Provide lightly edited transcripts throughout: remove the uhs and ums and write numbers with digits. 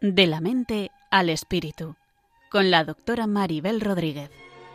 De la mente al espíritu, con la doctora Maribel Rodríguez.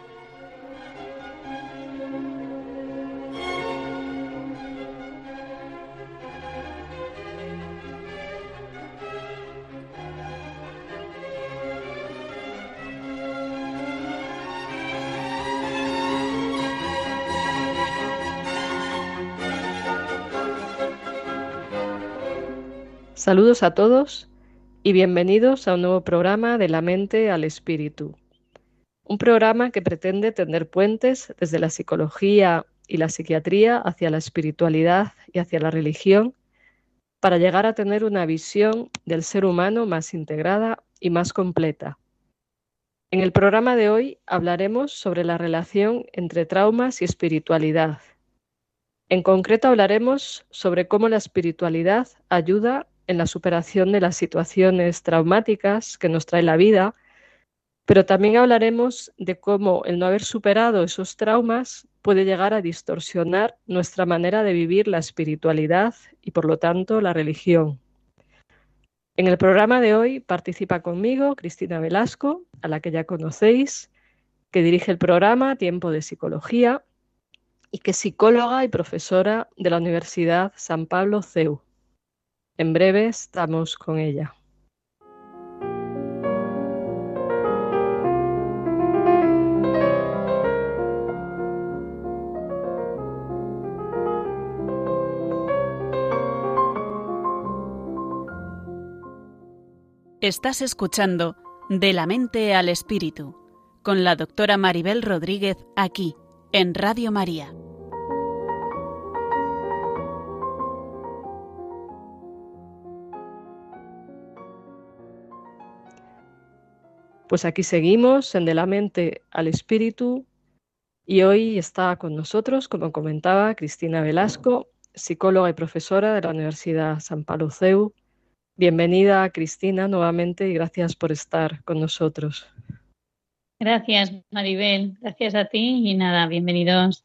Saludos a todos y bienvenidos a un nuevo programa de la mente al espíritu. Un programa que pretende tender puentes desde la psicología y la psiquiatría hacia la espiritualidad y hacia la religión para llegar a tener una visión del ser humano más integrada y más completa. En el programa de hoy hablaremos sobre la relación entre traumas y espiritualidad. En concreto hablaremos sobre cómo la espiritualidad ayuda en la superación de las situaciones traumáticas que nos trae la vida, pero también hablaremos de cómo el no haber superado esos traumas puede llegar a distorsionar nuestra manera de vivir la espiritualidad y, por lo tanto, la religión. En el programa de hoy participa conmigo Cristina Velasco, a la que ya conocéis, que dirige el programa Tiempo de Psicología y que es psicóloga y profesora de la Universidad San Pablo CEU. En breve estamos con ella. Estás escuchando De la mente al espíritu, con la doctora Maribel Rodríguez, aquí, en Radio María. Pues aquí seguimos en De la mente al espíritu y hoy está con nosotros, como comentaba, Cristina Velasco, psicóloga y profesora de la Universidad San Pablo CEU. Bienvenida, Cristina, nuevamente y gracias por estar con nosotros. Gracias, Maribel. Gracias a ti y nada, bienvenidos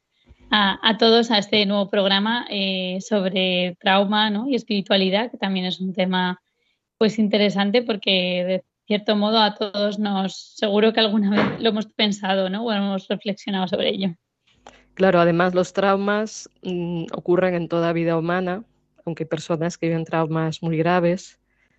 a todos a este nuevo programa sobre trauma, ¿no? Y espiritualidad, que también es un tema pues interesante porque de cierto modo a todos seguro que alguna vez lo hemos pensado, ¿no? O hemos reflexionado sobre ello. Claro, además los traumas ocurren en toda vida humana, aunque hay personas que viven traumas muy graves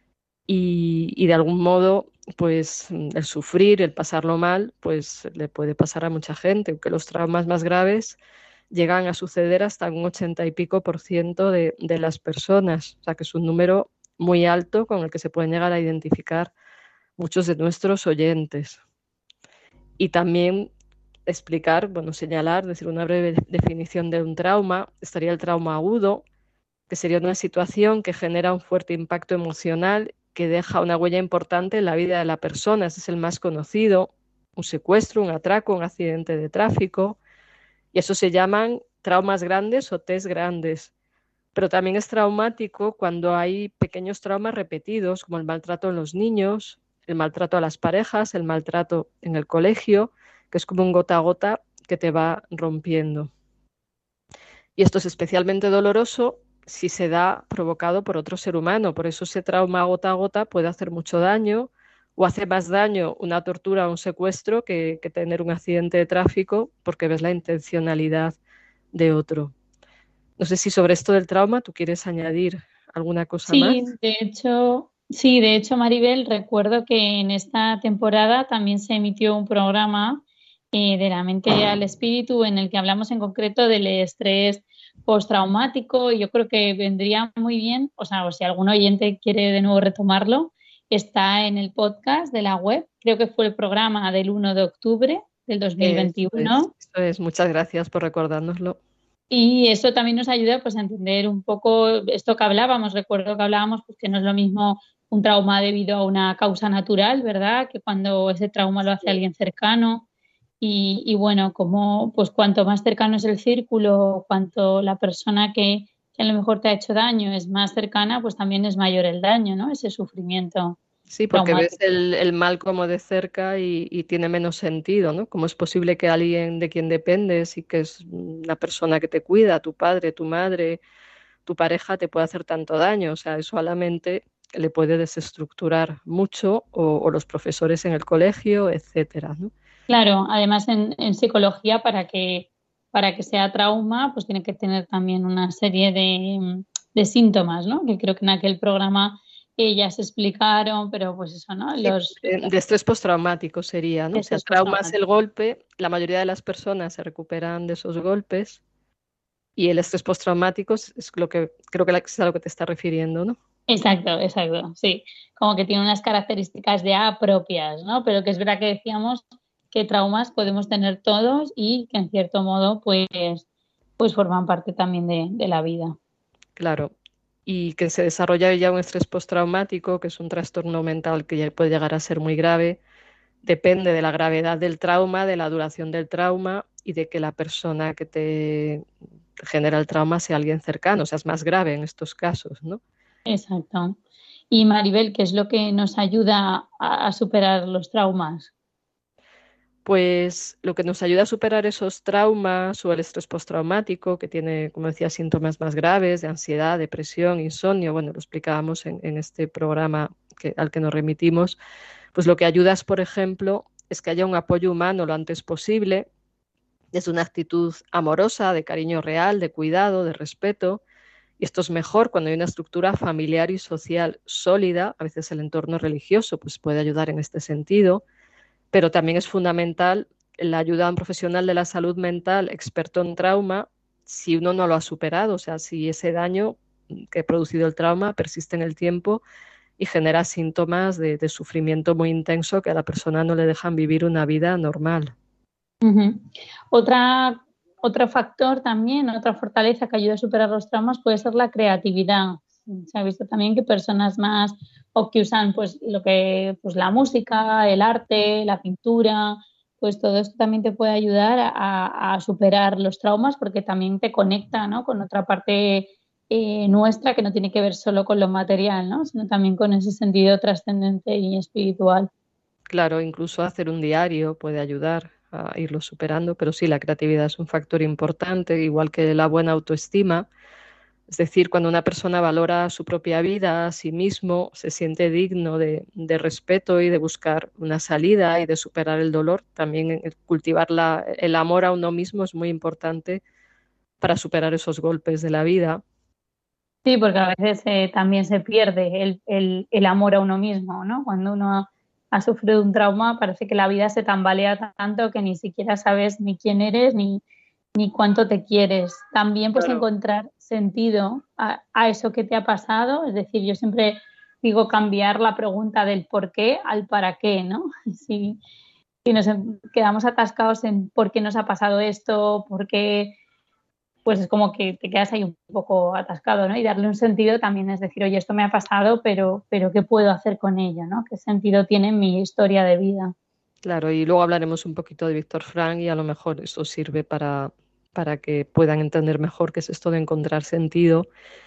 y de algún modo, pues el sufrir, el pasarlo mal, pues le puede pasar a mucha gente, aunque los traumas más graves llegan a suceder hasta un 80 y pico por ciento de las personas, o sea que es un número muy alto con el que se pueden llegar a identificar muchos de nuestros oyentes. Y también explicar, bueno, señalar, decir una breve definición de un trauma, estaría el trauma agudo, que sería una situación que genera un fuerte impacto emocional que deja una huella importante en la vida de la persona. Ese es el más conocido, un secuestro, un atraco, un accidente de tráfico, y eso se llaman traumas grandes o test grandes. Pero también es traumático cuando hay pequeños traumas repetidos, como el maltrato en los niños, el maltrato a las parejas, el maltrato en el colegio, que es como un gota a gota que te va rompiendo. Y esto es especialmente doloroso si se da provocado por otro ser humano. Por eso ese trauma gota a gota puede hacer mucho daño o hace más daño una tortura o un secuestro que tener un accidente de tráfico porque ves la intencionalidad de otro. No sé si sobre esto del trauma tú quieres añadir alguna cosa más. Sí, de hecho, Maribel, recuerdo que en esta temporada también se emitió un programa de la mente al espíritu en el que hablamos en concreto del estrés postraumático y yo creo que vendría muy bien, o sea, o si algún oyente quiere de nuevo retomarlo, está en el podcast de la web, creo que fue el programa del 1 de octubre del 2021. Eso es. Muchas gracias por recordárnoslo. Y eso también nos ayuda pues, a entender un poco esto que hablábamos. Recuerdo que hablábamos pues, que no es lo mismo un trauma debido a una causa natural, ¿verdad? Que cuando ese trauma lo hace alguien cercano. Y bueno, como pues cuanto más cercano es el círculo, cuanto la persona que a lo mejor te ha hecho daño es más cercana, pues también es mayor el daño, ¿no? Ese sufrimiento Sí, porque ves traumático. el mal como de cerca y tiene menos sentido, ¿no? ¿Cómo es posible que alguien de quien dependes y que es la persona que te cuida, tu padre, tu madre, tu pareja, te pueda hacer tanto daño? O sea, eso a la mente le puede desestructurar mucho, o los profesores en el colegio, etcétera, ¿no? Claro, además en psicología para que sea trauma, pues tiene que tener también una serie de síntomas, ¿no? Que creo que en aquel programa ya se explicaron, pero pues eso, ¿no? Sí, de estrés postraumático sería, ¿no? O sea, Estrés trauma es el postraumático. golpe, la mayoría de las personas se recuperan de esos golpes, y el estrés postraumático es lo que creo que es a lo que te está refiriendo, ¿no? Exacto, exacto, sí. Como que tiene unas características ya propias, ¿no? Pero que es verdad que decíamos que traumas podemos tener todos y que en cierto modo pues forman parte también de la vida. Claro. Y que se desarrolla ya un estrés postraumático, que es un trastorno mental que ya puede llegar a ser muy grave. Depende de la gravedad del trauma, de la duración del trauma y de que la persona que te genera el trauma sea alguien cercano, o sea, es más grave en estos casos, ¿no? Exacto. Y Maribel, ¿qué es lo que nos ayuda a superar los traumas? Pues lo que nos ayuda a superar esos traumas o el estrés postraumático, que tiene, como decía, síntomas más graves de ansiedad, depresión, insomnio, bueno, lo explicábamos en este programa al que nos remitimos, pues lo que ayuda es, por ejemplo, es que haya un apoyo humano lo antes posible, desde una actitud amorosa, de cariño real, de cuidado, de respeto. Y esto es mejor cuando hay una estructura familiar y social sólida. A veces el entorno religioso pues, puede ayudar en este sentido, pero también es fundamental la ayuda a un profesional de la salud mental experto en trauma si uno no lo ha superado, o sea, si ese daño que ha producido el trauma persiste en el tiempo y genera síntomas de sufrimiento muy intenso que a la persona no le dejan vivir una vida normal. Uh-huh. Otro factor también, otra fortaleza que ayuda a superar los traumas puede ser la creatividad. Se ha visto también que personas más o que usan pues la música, el arte, la pintura, pues todo esto también te puede ayudar a superar los traumas porque también te conecta, ¿no? Con otra parte nuestra que no tiene que ver solo con lo material, ¿no? Sino también con ese sentido trascendente y espiritual. Claro, incluso hacer un diario puede ayudar a irlo superando, pero sí, la creatividad es un factor importante, igual que la buena autoestima. Es decir, cuando una persona valora su propia vida, a sí mismo, se siente digno de respeto y de buscar una salida y de superar el dolor, también cultivar el amor a uno mismo es muy importante para superar esos golpes de la vida. Sí, porque a veces también se pierde el amor a uno mismo, ¿no? Cuando uno ha sufrido un trauma, parece que la vida se tambalea tanto que ni siquiera sabes ni quién eres ni cuánto te quieres. También pues Claro. encontrar sentido a eso que te ha pasado, es decir, yo siempre digo cambiar la pregunta del por qué al para qué, ¿no? Si nos quedamos atascados en por qué nos ha pasado esto, por qué pues es como que te quedas ahí un poco atascado, ¿no? Y darle un sentido también es decir, oye, esto me ha pasado, pero ¿qué puedo hacer con ello, ¿no? ¿Qué sentido tiene mi historia de vida? Claro, y luego hablaremos un poquito de Víctor Frank y a lo mejor eso sirve para que puedan entender mejor qué es esto de encontrar sentido.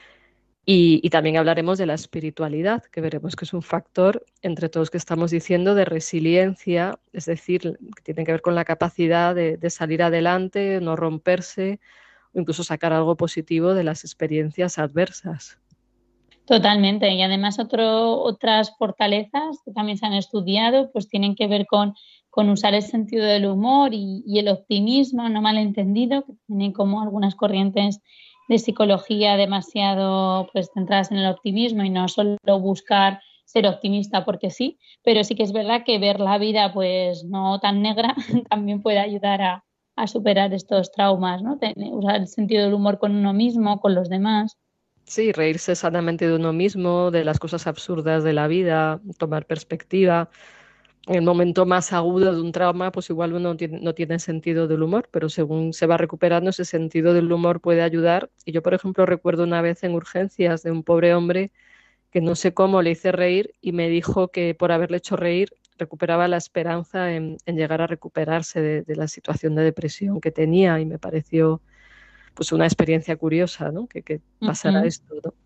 Y también hablaremos de la espiritualidad, que veremos que es un factor entre todos que estamos diciendo de resiliencia, es decir, que tiene que ver con la capacidad de salir adelante, no romperse o incluso sacar algo positivo de las experiencias adversas. Totalmente. Y además otras fortalezas que también se han estudiado, pues tienen que ver con usar el sentido del humor y el optimismo, no malentendido, que tienen como algunas corrientes de psicología demasiado pues centradas en el optimismo y no solo buscar ser optimista porque sí, pero sí que es verdad que ver la vida pues no tan negra también puede ayudar a superar estos traumas, ¿no? Usar el sentido del humor con uno mismo, con los demás. Sí, reírse sanamente de uno mismo, de las cosas absurdas de la vida, tomar perspectiva. En el momento más agudo de un trauma, pues igual uno no tiene sentido del humor, pero según se va recuperando, ese sentido del humor puede ayudar. Y yo, por ejemplo, recuerdo una vez en urgencias de un pobre hombre que no sé cómo le hice reír y me dijo que por haberle hecho reír recuperaba la esperanza en llegar a recuperarse de la situación de depresión que tenía y me pareció pues una experiencia curiosa, ¿no? Que pasara Uh-huh. esto, ¿no?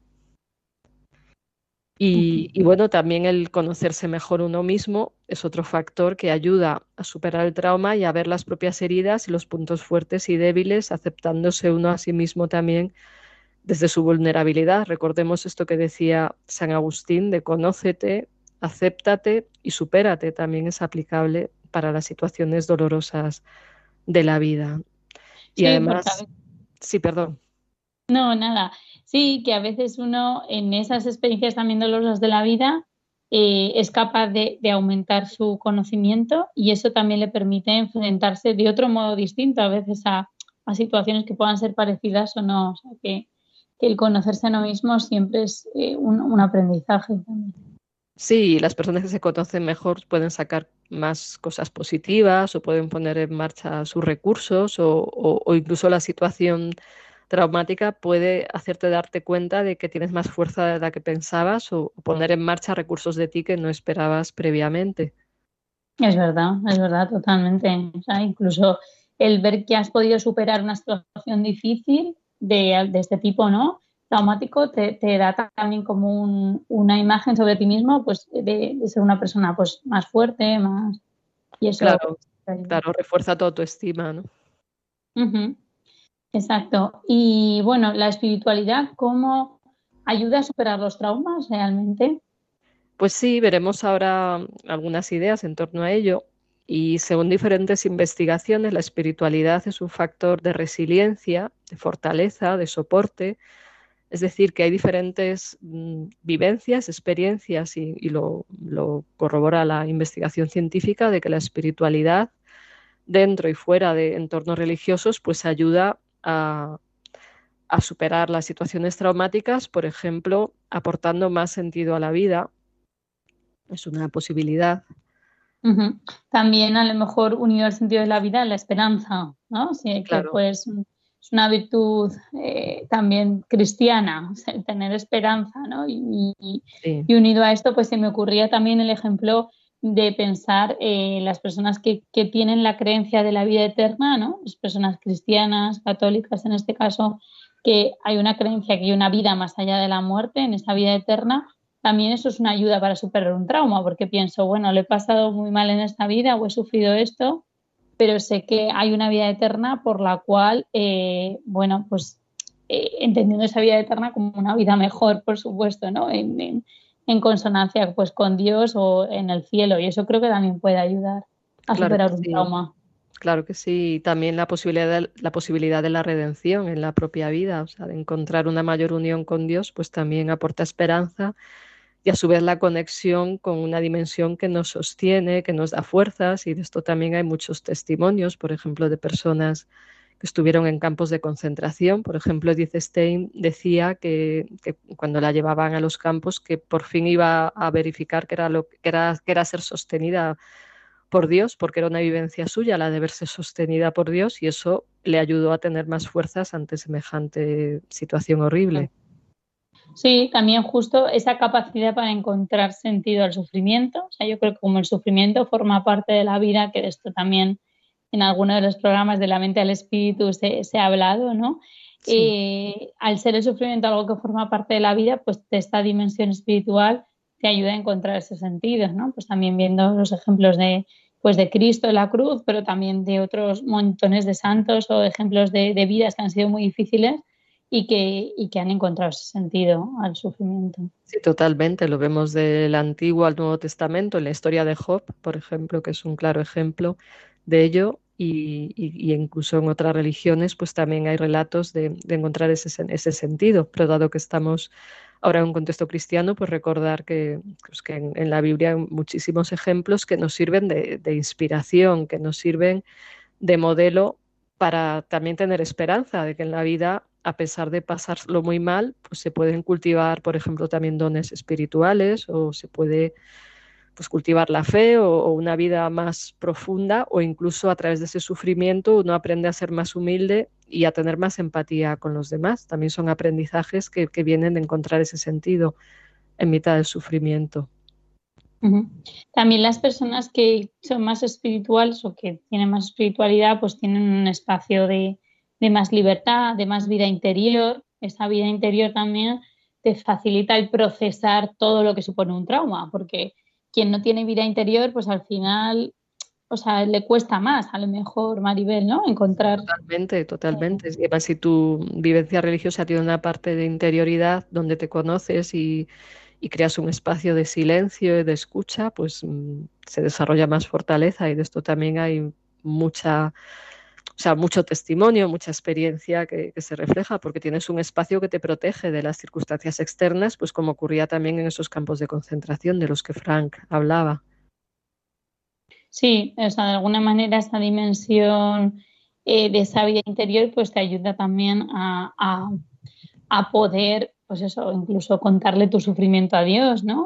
Y bueno, también el conocerse mejor uno mismo es otro factor que ayuda a superar el trauma y a ver las propias heridas y los puntos fuertes y débiles, aceptándose uno a sí mismo también desde su vulnerabilidad. Recordemos esto que decía San Agustín de conócete, acéptate y supérate. También es aplicable para las situaciones dolorosas de la vida. Y Sí, porque a además, veces, sí, perdón. no, nada. Sí, que a veces uno en esas experiencias también dolorosas de la vida es capaz de aumentar su conocimiento y eso también le permite enfrentarse de otro modo distinto a veces a situaciones que puedan ser parecidas o no. O sea, que el conocerse a uno mismo siempre es un aprendizaje también. Sí, las personas que se conocen mejor pueden sacar más cosas positivas o pueden poner en marcha sus recursos o incluso la situación traumática puede hacerte darte cuenta de que tienes más fuerza de la que pensabas o poner en marcha recursos de ti que no esperabas previamente. Es verdad, totalmente. O sea, incluso el ver que has podido superar una situación difícil de este tipo, ¿no? Traumático, te da también como una imagen sobre ti mismo, pues de ser una persona pues más fuerte, más y eso Claro, te ayuda. claro, refuerza tu autoestima, ¿no? Ujú, exacto. Y bueno, la espiritualidad, ¿cómo ayuda a superar los traumas realmente? Pues sí, veremos ahora algunas ideas en torno a ello. Y según diferentes investigaciones, la espiritualidad es un factor de resiliencia, de fortaleza, de soporte. Es decir, que hay diferentes vivencias, experiencias, y lo corrobora la investigación científica, de que la espiritualidad, dentro y fuera de entornos religiosos, pues ayuda a superar las situaciones traumáticas, por ejemplo, aportando más sentido a la vida. Es una posibilidad. Ujú. También a lo mejor unido al sentido de la vida, la esperanza, ¿no? Sí, que Claro, pues es una virtud también cristiana, o sea, tener esperanza, ¿no? sí, Y unido a esto, pues se me ocurría también el ejemplo de pensar las personas que tienen la creencia de la vida eterna, ¿no? Las personas cristianas, católicas en este caso, que hay una creencia que hay una vida más allá de la muerte, en esa vida eterna también eso es una ayuda para superar un trauma, porque pienso, bueno, lo he pasado muy mal en esta vida o he sufrido esto, pero sé que hay una vida eterna por la cual, bueno, pues entendiendo esa vida eterna como una vida mejor, por supuesto, ¿no? En consonancia pues con Dios o en el cielo, y eso creo que también puede ayudar a claro que superar un sí. trauma. Claro que sí, y también la posibilidad de la redención en la propia vida, o sea, de encontrar una mayor unión con Dios, pues también aporta esperanza y a su vez la conexión con una dimensión que nos sostiene, que nos da fuerzas, y de esto también hay muchos testimonios, por ejemplo, de personas que estuvieron en campos de concentración. Por ejemplo, Edith Stein decía que cuando la llevaban a los campos, que por fin iba a verificar que era ser sostenida por Dios, porque era una vivencia suya la de verse sostenida por Dios, y eso le ayudó a tener más fuerzas ante semejante situación horrible. Sí, también justo esa capacidad para encontrar sentido al sufrimiento. O sea, yo creo que como el sufrimiento forma parte de la vida, que de esto también en alguno de los programas de la mente al espíritu se ha hablado, ¿no? Sí, Al ser el sufrimiento algo que forma parte de la vida, pues de esta dimensión espiritual te ayuda a encontrar ese sentido, ¿no? Pues también viendo los ejemplos pues de Cristo en la cruz, pero también de otros montones de santos o ejemplos de vidas que han sido muy difíciles y que han encontrado ese sentido al sufrimiento. sí, totalmente. Lo vemos del Antiguo al Nuevo Testamento, en la historia de Job, por ejemplo, que es un claro ejemplo de ello, y incluso en otras religiones, pues también hay relatos de encontrar ese sentido. Pero dado que estamos ahora en un contexto cristiano, pues recordar pues que en la Biblia hay muchísimos ejemplos que nos sirven de inspiración, que nos sirven de modelo para también tener esperanza de que en la vida, a pesar de pasarlo muy mal, pues se pueden cultivar, por ejemplo, también dones espirituales, o se puede pues cultivar la fe o una vida más profunda, o incluso a través de ese sufrimiento uno aprende a ser más humilde y a tener más empatía con los demás. También son aprendizajes que vienen de encontrar ese sentido en mitad del sufrimiento. Uh-huh. También las personas que son más espirituales o que tienen más espiritualidad, pues tienen un espacio de más libertad, de más vida interior. Esa vida interior también te facilita el procesar todo lo que supone un trauma, porque quien no tiene vida interior, pues al final o sea, le cuesta más a lo mejor, Maribel, ¿no? Encontrar. Totalmente, totalmente. Y además, si tu vivencia religiosa tiene una parte de interioridad donde te conoces y creas un espacio de silencio y de escucha, pues se desarrolla más fortaleza y de esto también hay mucha, o sea, mucho testimonio, mucha experiencia que se refleja porque tienes un espacio que te protege de las circunstancias externas, pues como ocurría también en esos campos de concentración de los que Frank hablaba. Sí, o sea, de alguna manera esa dimensión de esa vida interior pues te ayuda también a poder, pues eso, incluso contarle tu sufrimiento a Dios, ¿no?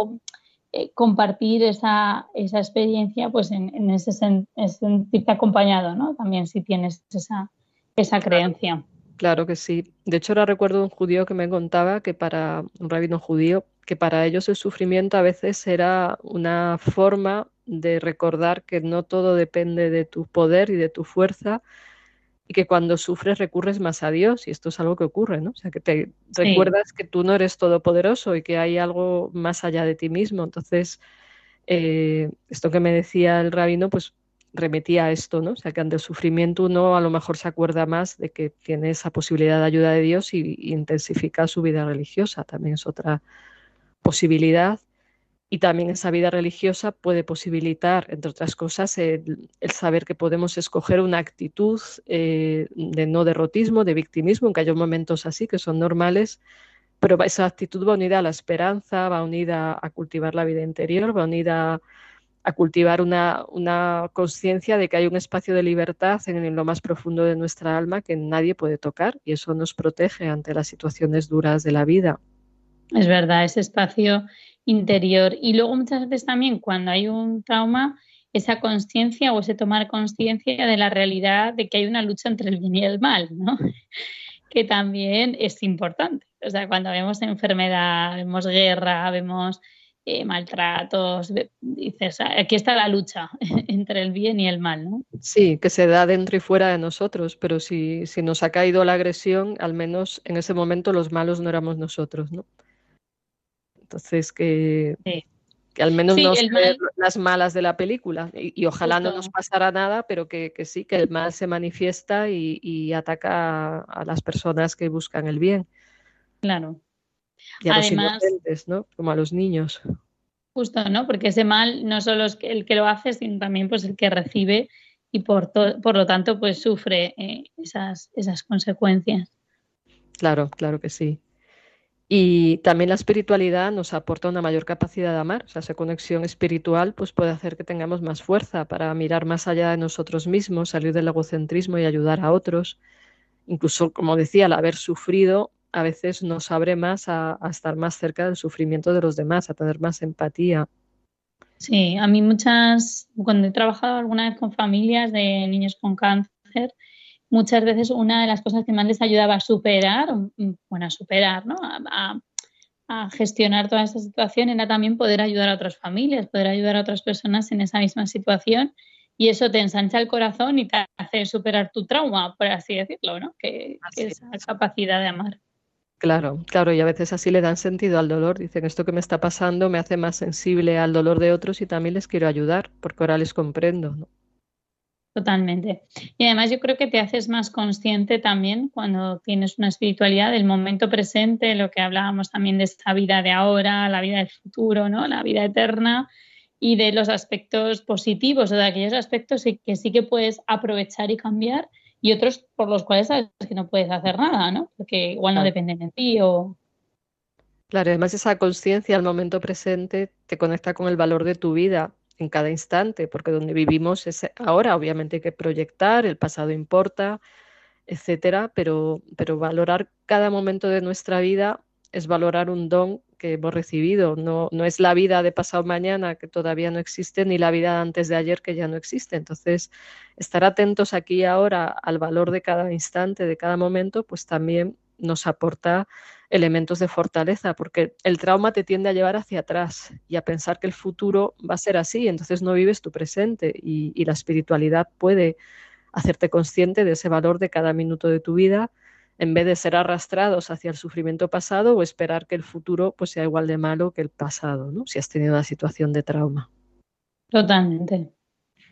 Compartir esa experiencia pues en ese sentirte acompañado, ¿no? También si tienes esa creencia. Claro que sí. De hecho, ahora recuerdo un judío que me contaba que para un rabino judío, que para ellos el sufrimiento a veces era una forma de recordar que no todo depende de tu poder y de tu fuerza y que cuando sufres recurres más a Dios y esto es algo que ocurre, ¿no? O sea, que te Sí, recuerdas que tú no eres todopoderoso y que hay algo más allá de ti mismo. Entonces, esto que me decía el rabino, pues remitía a esto, ¿no? O sea, que ante el sufrimiento uno a lo mejor se acuerda más de que tiene esa posibilidad de ayuda de Dios y intensifica su vida religiosa. También es otra posibilidad. Y también esa vida religiosa puede posibilitar, entre otras cosas, el saber que podemos escoger una actitud de no derrotismo, de victimismo, aunque haya momentos así que son normales, pero esa actitud va unida a la esperanza, va unida a cultivar la vida interior, va unida a cultivar una conciencia de que hay un espacio de libertad en lo más profundo de nuestra alma que nadie puede tocar y eso nos protege ante las situaciones duras de la vida. es verdad, ese espacio interior. Y luego muchas veces también cuando hay un trauma, esa conciencia o ese tomar conciencia de la realidad de que hay una lucha entre el bien y el mal, ¿no? Que también es importante. O sea, cuando vemos enfermedad, vemos guerra, vemos maltratos, dices, aquí está la lucha entre el bien y el mal, ¿no? Sí, que se da dentro y fuera de nosotros, pero si nos ha caído la agresión, al menos en ese momento los malos no éramos nosotros, ¿no? Entonces, Sí, que al menos sí, no el ser mal, las malas de la película y ojalá no nos justo, pasara nada, pero que sí, que el mal se manifiesta y ataca a las personas que buscan el bien claro. y a los Además, inocentes, ¿no? Como a los niños. justo, ¿no? Porque ese mal no solo es el que lo hace, sino también pues el que recibe y por lo tanto pues sufre esas consecuencias. Claro, claro que sí. Y también la espiritualidad nos aporta una mayor capacidad de amar, o sea, esa conexión espiritual pues puede hacer que tengamos más fuerza para mirar más allá de nosotros mismos, salir del egocentrismo y ayudar a otros. Incluso, como decía, al haber sufrido, a veces nos abre más a estar más cerca del sufrimiento de los demás, a tener más empatía. Sí, a mí cuando he trabajado alguna vez con familias de niños con cáncer, muchas veces una de las cosas que más les ayudaba a superar, bueno, a superar, ¿no? A gestionar toda esta situación era también poder ayudar a otras familias, poder ayudar a otras personas en esa misma situación y eso te ensancha el corazón y te hace superar tu trauma, por así decirlo, ¿no? Que Así esa es. capacidad de amar. Claro, claro, y a veces así le dan sentido al dolor. Dicen, esto que me está pasando me hace más sensible al dolor de otros y también les quiero ayudar, porque ahora les comprendo, ¿no? Totalmente. Y además yo creo que te haces más consciente también cuando tienes una espiritualidad del momento presente, lo que hablábamos también de esta vida de ahora, la vida del futuro, ¿no? La vida eterna y de los aspectos positivos o de aquellos aspectos que sí que puedes aprovechar y cambiar y otros por los cuales sabes que no puedes hacer nada, ¿no? Porque igual no Claro. dependen de ti o... Claro, además esa conciencia al momento presente te conecta con el valor de tu vida en cada instante, porque donde vivimos es ahora, obviamente hay que proyectar, el pasado importa, etcétera, pero valorar cada momento de nuestra vida es valorar un don que hemos recibido. No, no es la vida de pasado mañana que todavía no existe, ni la vida de antes de ayer que ya no existe. Entonces, estar atentos aquí y ahora al valor de cada instante, de cada momento, pues también nos aporta elementos de fortaleza, porque el trauma te tiende a llevar hacia atrás y a pensar que el futuro va a ser así, entonces no vives tu presente y la espiritualidad puede hacerte consciente de ese valor de cada minuto de tu vida, en vez de ser arrastrados hacia el sufrimiento pasado o esperar que el futuro pues, sea igual de malo que el pasado, ¿no? Si has tenido una situación de trauma. Totalmente.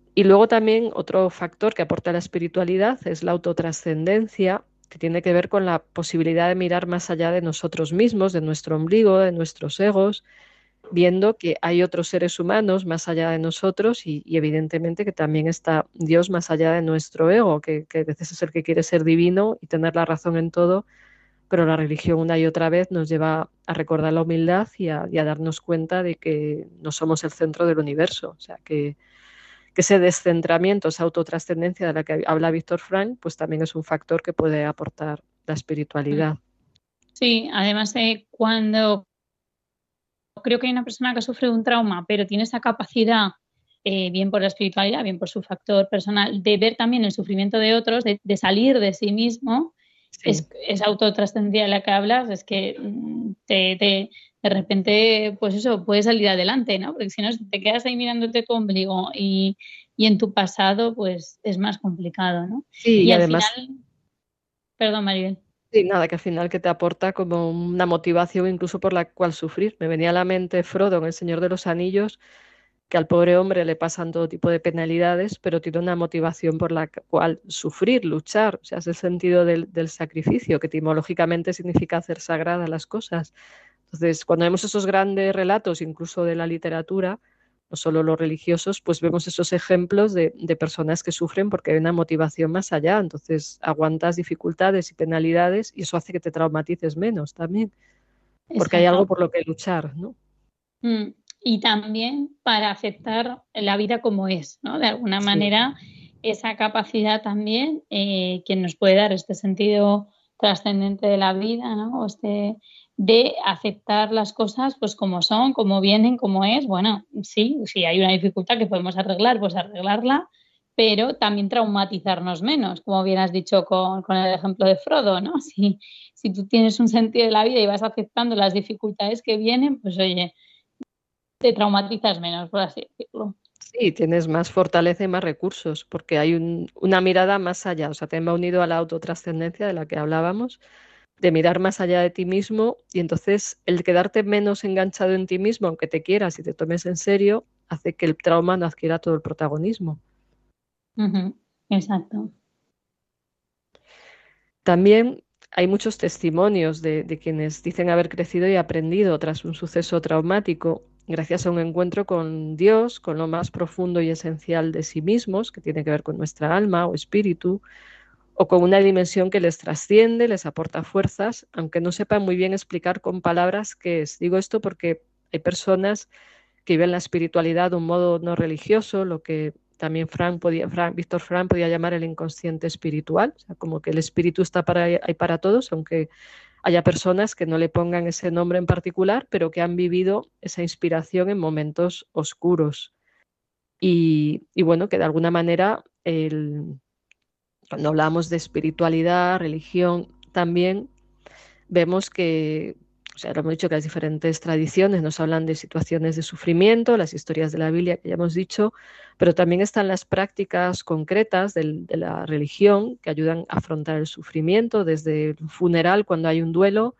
Y luego también otro factor que aporta la espiritualidad es la autotrascendencia, que tiene que ver con la posibilidad de mirar más allá de nosotros mismos, de nuestro ombligo, de nuestros egos, viendo que hay otros seres humanos más allá de nosotros y evidentemente que también está Dios más allá de nuestro ego, que a veces es el que quiere ser divino y tener la razón en todo, pero la religión una y otra vez nos lleva a recordar la humildad y a darnos cuenta de que no somos el centro del universo. O sea, que ese descentramiento, esa autotrascendencia de la que habla Víctor Frank, pues también es un factor que puede aportar la espiritualidad. Sí, además cuando creo que hay una persona que sufre un trauma, pero tiene esa capacidad, bien por la espiritualidad, bien por su factor personal, de ver también el sufrimiento de otros, de salir de sí mismo, Sí. esa autotrascendencia de la que hablas, es que de repente, pues eso, puedes salir adelante, ¿no? Porque si no, si te quedas ahí mirándote tu ombligo y en tu pasado, pues es más complicado, ¿no? Sí, y Y al además, final, perdón, Maribel. sí, nada, que al final que te aporta como una motivación incluso por la cual sufrir. Me venía a la mente Frodo en El Señor de los Anillos, que al pobre hombre le pasan todo tipo de penalidades, pero tiene una motivación por la cual sufrir, luchar. O sea, es el sentido del sacrificio, que etimológicamente significa hacer sagradas las cosas. Entonces, cuando vemos esos grandes relatos, incluso de la literatura, no solo los religiosos, pues vemos esos ejemplos de personas que sufren porque hay una motivación más allá. Entonces, aguantas dificultades y penalidades y eso hace que te traumatices menos también, porque hay algo Exacto. por lo que luchar, ¿no? Y también para aceptar la vida como es, ¿no? De alguna Sí, manera, esa capacidad también que nos puede dar este sentido trascendente de la vida, ¿no? De aceptar las cosas pues como son, como vienen, como es. Bueno, sí, si hay una dificultad que podemos arreglar, pues arreglarla, pero también traumatizarnos menos, como bien has dicho con el ejemplo de Frodo, ¿no? Si tú tienes un sentido de la vida y vas aceptando las dificultades que vienen, pues oye, te traumatizas menos, por así decirlo. sí, tienes más fortaleza y más recursos, porque hay una mirada más allá. O sea, te va unido a la autotrascendencia de la que hablábamos, de mirar más allá de ti mismo y entonces el quedarte menos enganchado en ti mismo, aunque te quieras y te tomes en serio, hace que el trauma no adquiera todo el protagonismo. Uh-huh. Exacto. También hay muchos testimonios de quienes dicen haber crecido y aprendido tras un suceso traumático, gracias a un encuentro con Dios, con lo más profundo y esencial de sí mismos, que tiene que ver con nuestra alma o espíritu, o con una dimensión que les trasciende, les aporta fuerzas, aunque no sepan muy bien explicar con palabras qué es. Digo esto porque hay personas que viven la espiritualidad de un modo no religioso, lo que también Víctor Frank podía llamar el inconsciente espiritual, o sea, como que el espíritu está ahí para todos, aunque haya personas que no le pongan ese nombre en particular, pero que han vivido esa inspiración en momentos oscuros. Y bueno, que de alguna manera cuando hablamos de espiritualidad, religión, también vemos que, o sea, lo hemos dicho que las diferentes tradiciones nos hablan de situaciones de sufrimiento, las historias de la Biblia que ya hemos dicho, pero también están las prácticas concretas de la religión que ayudan a afrontar el sufrimiento, desde el funeral cuando hay un duelo,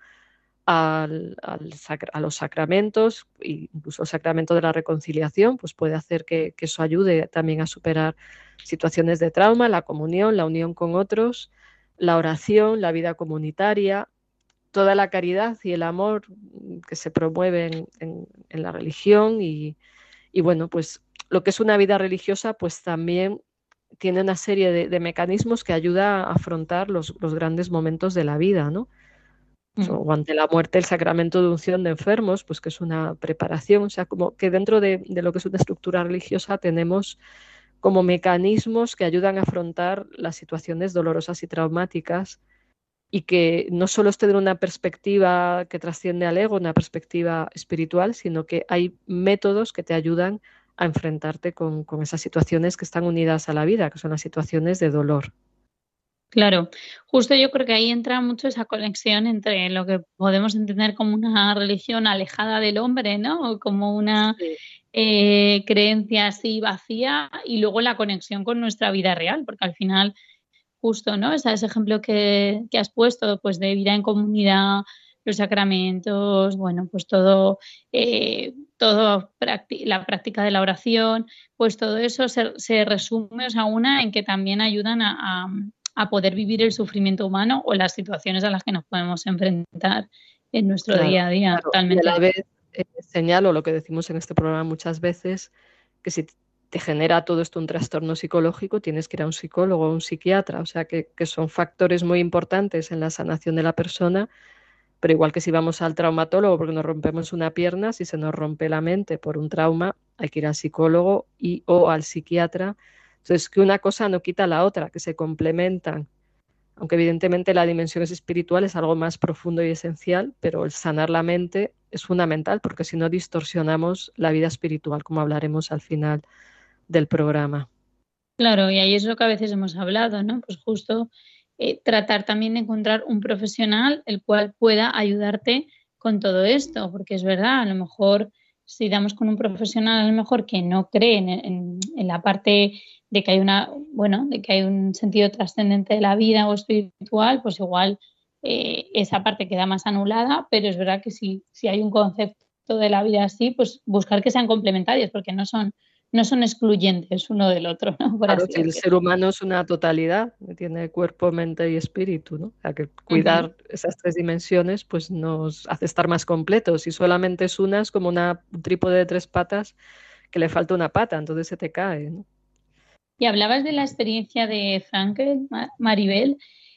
a los sacramentos, incluso el sacramento de la reconciliación, pues puede hacer que eso ayude también a superar situaciones de trauma, la comunión, la unión con otros, la oración, la vida comunitaria, toda la caridad y el amor que se promueven en la religión y bueno, pues lo que es una vida religiosa, pues también tiene una serie de mecanismos que ayuda a afrontar los grandes momentos de la vida, ¿no? O ante la muerte, el sacramento de unción de enfermos, pues que es una preparación, o sea, como que dentro de lo que es una estructura religiosa tenemos como mecanismos que ayudan a afrontar las situaciones dolorosas y traumáticas y que no solo esté en una perspectiva que trasciende al ego, una perspectiva espiritual, sino que hay métodos que te ayudan a enfrentarte con esas situaciones que están unidas a la vida, que son las situaciones de dolor. Claro, justo yo creo que ahí entra mucho esa conexión entre lo que podemos entender como una religión alejada del hombre, ¿no? O como una Sí, creencia así vacía y luego la conexión con nuestra vida real, porque al final, justo, ¿no? Ese ejemplo que has puesto, pues de vida en comunidad, los sacramentos, bueno, pues todo, la práctica de la oración, pues todo eso se resume, o sea, en que también ayudan a poder vivir el sufrimiento humano o las situaciones a las que nos podemos enfrentar en nuestro día a día. Claro. Totalmente. Y a la vez señalo lo que decimos en este programa muchas veces, que si te genera todo esto un trastorno psicológico, tienes que ir a un psicólogo o un psiquiatra, o sea que son factores muy importantes en la sanación de la persona, pero igual que si vamos al traumatólogo porque nos rompemos una pierna, si se nos rompe la mente por un trauma, hay que ir al psicólogo o al psiquiatra. Entonces, que una cosa no quita la otra, que se complementan. Aunque evidentemente la dimensión espiritual es algo más profundo y esencial, pero el sanar la mente es fundamental porque si no distorsionamos la vida espiritual, como hablaremos al final del programa. Claro, y ahí es lo que a veces hemos hablado, ¿no? Pues justo tratar también de encontrar un profesional el cual pueda ayudarte con todo esto, porque es verdad, a lo mejor si damos con un profesional a lo mejor que no cree en la parte de que hay de que hay un sentido trascendente de la vida o espiritual, pues igual esa parte queda más anulada, pero es verdad que si hay un concepto de la vida así, pues buscar que sean complementarios, porque no son excluyentes uno del otro, ¿no? Claro, si el ser humano es una totalidad, tiene cuerpo, mente y espíritu, ¿no? O sea, que cuidar esas tres dimensiones pues nos hace estar más completos. Si solamente es una, es como un trípode de 3 patas que le falta una pata, entonces se te cae, ¿no? Y hablabas de la experiencia de Frankl, Maribel.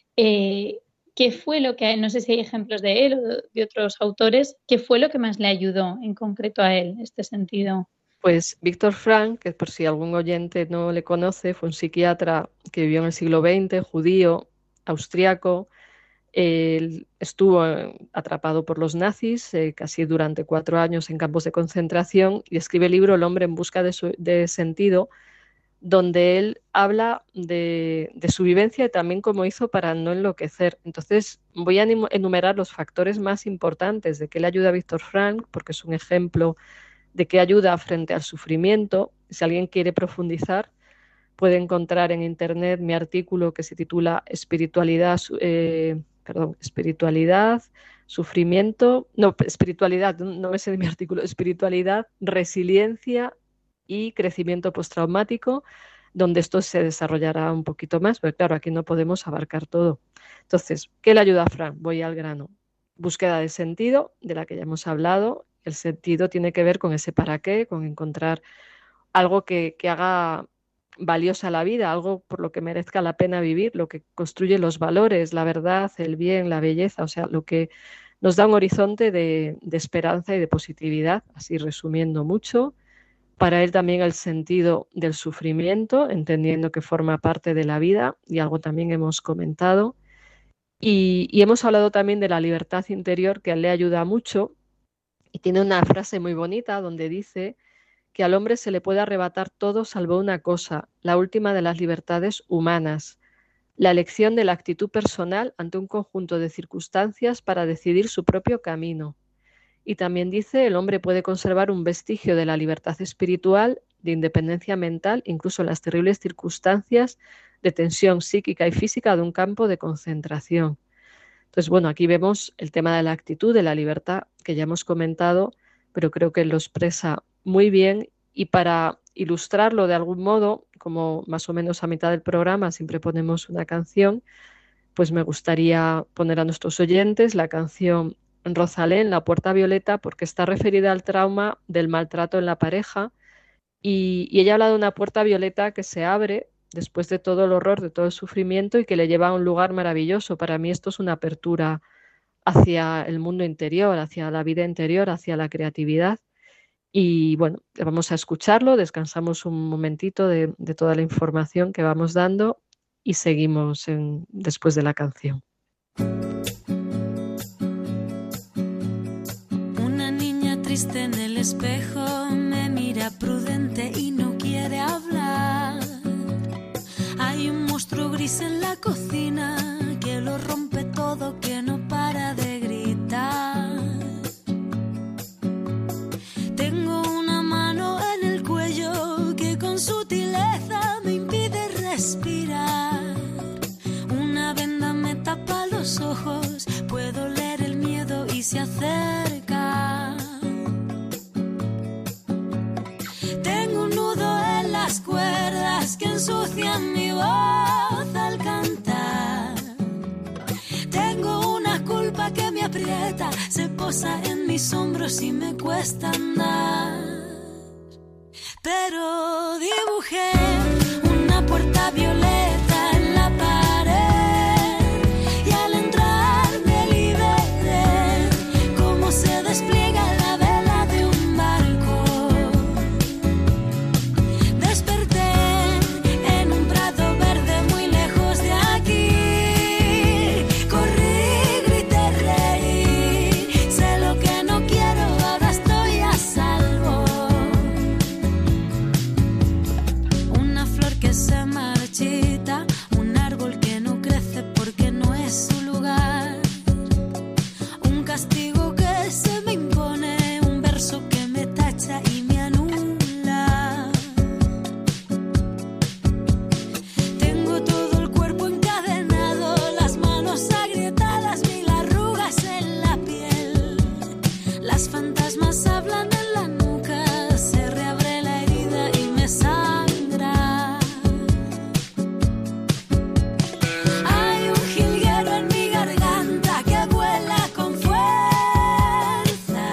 ¿Qué fue lo que, no sé si hay ejemplos de él o de otros autores, qué fue lo que más le ayudó en concreto a él en este sentido? Pues Viktor Frankl, que por si algún oyente no le conoce, fue un psiquiatra que vivió en el siglo XX, judío, austriaco. Él estuvo atrapado por los nazis casi durante 4 años en campos de concentración y escribe el libro El hombre en busca de sentido, donde él habla de su vivencia y también cómo hizo para no enloquecer. Entonces voy a enumerar los factores más importantes de qué le ayuda a Viktor Frankl, porque es un ejemplo de qué ayuda frente al sufrimiento. Si alguien quiere profundizar, puede encontrar en internet mi artículo que se titula Espiritualidad, sufrimiento, no, espiritualidad, no me sé de mi artículo, espiritualidad, resiliencia y crecimiento postraumático, donde esto se desarrollará un poquito más, pero claro, aquí no podemos abarcar todo. Entonces, ¿qué le ayuda a Frank? Voy al grano. Búsqueda de sentido, de la que ya hemos hablado. El sentido tiene que ver con ese para qué, con encontrar algo que haga valiosa la vida, algo por lo que merezca la pena vivir, lo que construye los valores, la verdad, el bien, la belleza, o sea, lo que nos da un horizonte de esperanza y de positividad, así resumiendo mucho. Para él también el sentido del sufrimiento, entendiendo que forma parte de la vida y algo también hemos comentado. Y hemos hablado también de la libertad interior, que a él le ayuda mucho, y tiene una frase muy bonita donde dice que al hombre se le puede arrebatar todo salvo una cosa, la última de las libertades humanas, la elección de la actitud personal ante un conjunto de circunstancias para decidir su propio camino. Y también dice, el hombre puede conservar un vestigio de la libertad espiritual, de independencia mental, incluso en las terribles circunstancias de tensión psíquica y física de un campo de concentración. Entonces, bueno, aquí vemos el tema de la actitud, de la libertad, que ya hemos comentado, pero creo que lo expresa muy bien. Y para ilustrarlo de algún modo, como más o menos a mitad del programa siempre ponemos una canción, pues me gustaría poner a nuestros oyentes la canción Rosalén, La Puerta Violeta, porque está referida al trauma del maltrato en la pareja. Y ella habla de una puerta violeta que se abre después de todo el horror, de todo el sufrimiento y que le lleva a un lugar maravilloso. Para mí esto es una apertura hacia el mundo interior, hacia la vida interior, hacia la creatividad. Y bueno, vamos a escucharlo, descansamos un momentito de toda la información que vamos dando y seguimos después de la canción. Una niña triste en el espejo me mira prudente y no quiere hablar. Hay un monstruo gris en la cocina que lo rompe todo, que no para de gritar. Tengo una mano en el cuello que con sutileza me impide respirar. Una venda me tapa los ojos, puedo leer el miedo y y se acerca. Tengo un nudo en las cuerdas que ensucian mi voz al cantar. Tengo una culpa que me aprieta, se posa en mis hombros y me cuesta andar. Pero dibujé una puerta violeta en la pared y al entrar me liberé, como se despliega la vela de un barco. Desperté en un prado verde muy lejos de aquí. Corrí, grité, reí, sé lo que no quiero, ahora estoy a salvo. Una flor que se marchita, un árbol que no crece porque no es su lugar, un castigo que se me impone, un verso que me tacha y me anula. Tengo todo el cuerpo encadenado, las manos agrietadas, mil arrugas en la piel. Las fantasmas hablan en la nuca, se reabre la herida y me sangra. Hay un jilguero en mi garganta que vuela con fuerza.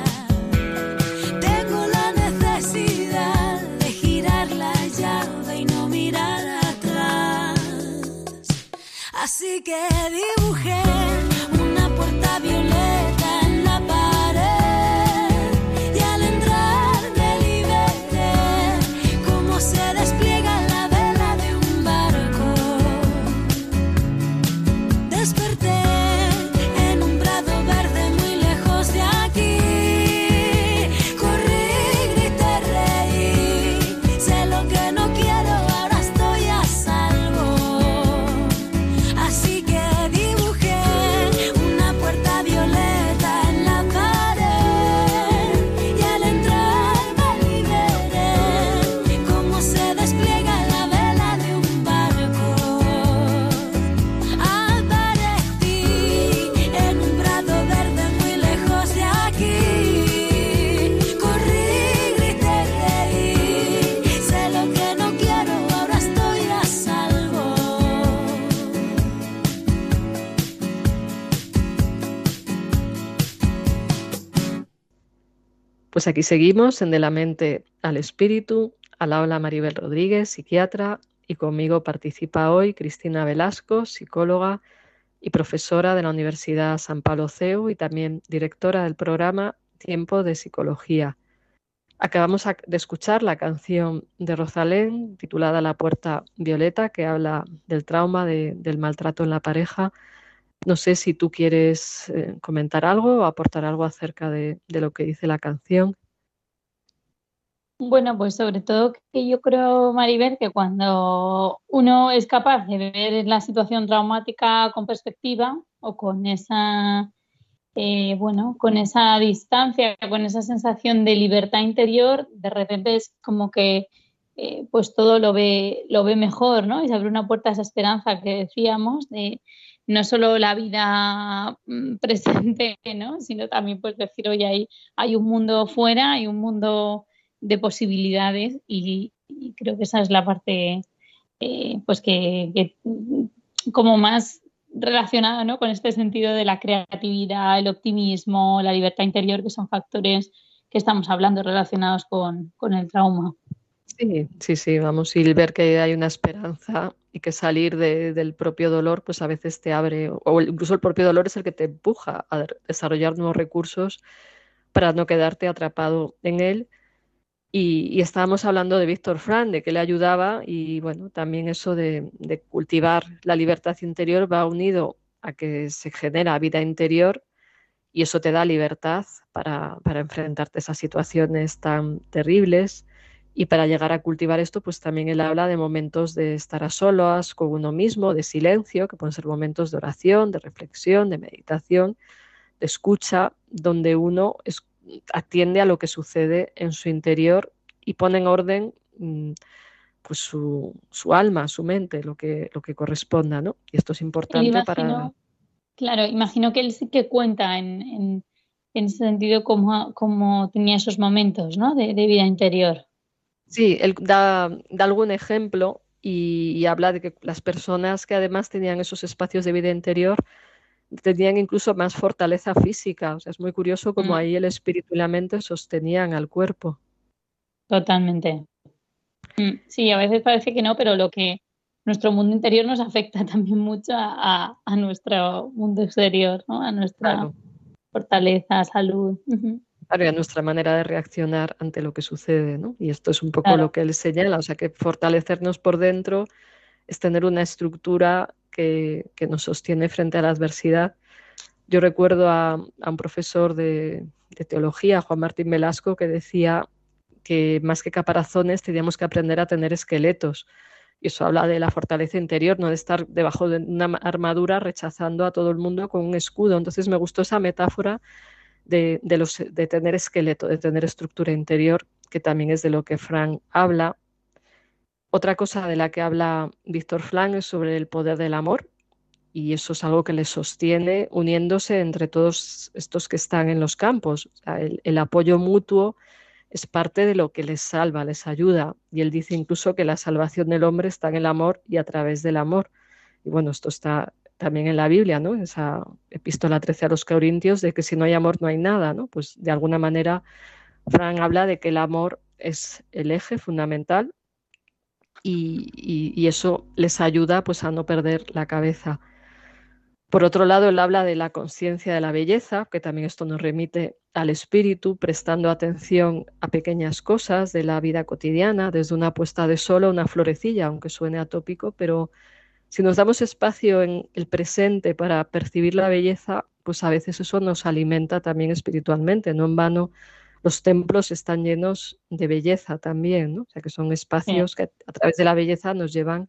Tengo la necesidad de girar la llave y no mirar atrás. Así que dibujé una puerta violeta en la pared y al entrar me liberé, como se despliega la vela de un barco. Desperté en un prado verde muy lejos de aquí. Corrí, grité, reí, sé lo que no quiero, ahora estoy a salvo. Así que dibujé una puerta violeta en la pared y al entrar me liberé, como se despliega la vela de un barco. Aparecí en un prado verde muy lejos de aquí. Corrí, grité, reí, sé lo que no quiero, ahora estoy a salvo. Pues aquí seguimos en De la mente al espíritu. Al habla Maribel Rodríguez, psiquiatra, y conmigo participa hoy Cristina Velasco, psicóloga y profesora de la Universidad San Pablo CEU y también directora del programa Tiempo de Psicología. Acabamos de escuchar la canción de Rosalén titulada La Puerta Violeta, que habla del trauma, del maltrato en la pareja. No sé si tú quieres comentar algo o aportar algo acerca de lo que dice la canción. Bueno, pues sobre todo que yo creo, Maribel, que cuando uno es capaz de ver la situación traumática con perspectiva o con esa, con esa distancia, con esa sensación de libertad interior, de repente es como que pues todo lo ve mejor, ¿no? Y se abre una puerta a esa esperanza que decíamos de no solo la vida presente, ¿no? Sino también pues decir, oye, hay un mundo fuera, hay un mundo de posibilidades y creo que esa es la parte pues que como más relacionada, ¿no? Con este sentido de la creatividad, el optimismo, la libertad interior, que son factores que estamos hablando relacionados con el trauma. Sí, vamos, y ver que hay una esperanza y que salir del propio dolor pues a veces te abre, o incluso el propio dolor es el que te empuja a desarrollar nuevos recursos para no quedarte atrapado en él. Y estábamos hablando de Víctor Frank, de que le ayudaba y bueno, también eso de cultivar la libertad interior va unido a que se genera vida interior y eso te da libertad para enfrentarte a esas situaciones tan terribles. Y para llegar a cultivar esto, pues también él habla de momentos de estar a solas con uno mismo, de silencio, que pueden ser momentos de oración, de reflexión, de meditación, de escucha, donde uno atiende a lo que sucede en su interior y pone en orden pues su alma, su mente, lo que corresponda, ¿no? Y esto es importante para... Claro, imagino que él sí que cuenta en ese sentido cómo tenía esos momentos, ¿no? de vida interior. Sí, él da algún ejemplo y habla de que las personas que además tenían esos espacios de vida interior tenían incluso más fortaleza física. O sea, es muy curioso cómo Mm, ahí el espíritu y la mente sostenían al cuerpo. totalmente. Sí, a veces parece que no, pero lo que nuestro mundo interior nos afecta también mucho a nuestro mundo exterior, ¿no? A nuestra Claro, fortaleza, salud. Ujú. claro, y a nuestra manera de reaccionar ante lo que sucede, ¿no? Y esto es un poco Claro, lo que él señala, o sea, que fortalecernos por dentro es tener una estructura que nos sostiene frente a la adversidad. Yo recuerdo a un profesor de teología, Juan Martín Velasco, que decía que más que caparazones teníamos que aprender a tener esqueletos. Y eso habla de la fortaleza interior, no de estar debajo de una armadura rechazando a todo el mundo con un escudo. Entonces me gustó esa metáfora de tener esqueleto, de tener estructura interior, que también es de lo que Frank habla. Otra cosa de la que habla Víctor Frank es sobre el poder del amor, y eso es algo que les sostiene uniéndose entre todos estos que están en los campos. O sea, el apoyo mutuo es parte de lo que les salva, les ayuda. Y él dice incluso que la salvación del hombre está en el amor y a través del amor. Y bueno, esto está también en la Biblia, ¿no? Esa epístola 13 a los Corintios, de que si no hay amor no hay nada, ¿no? Pues de alguna manera Frank habla de que el amor es el eje fundamental y eso les ayuda pues a no perder la cabeza. Por otro lado, él habla de la conciencia de la belleza, que también esto nos remite al espíritu, prestando atención a pequeñas cosas de la vida cotidiana, desde una puesta de sol a una florecilla, aunque suene atópico, pero si nos damos espacio en el presente para percibir la belleza, pues a veces eso nos alimenta también espiritualmente. No en vano los templos están llenos de belleza también, ¿no? O sea, que son sí. espacios que a través de la belleza nos llevan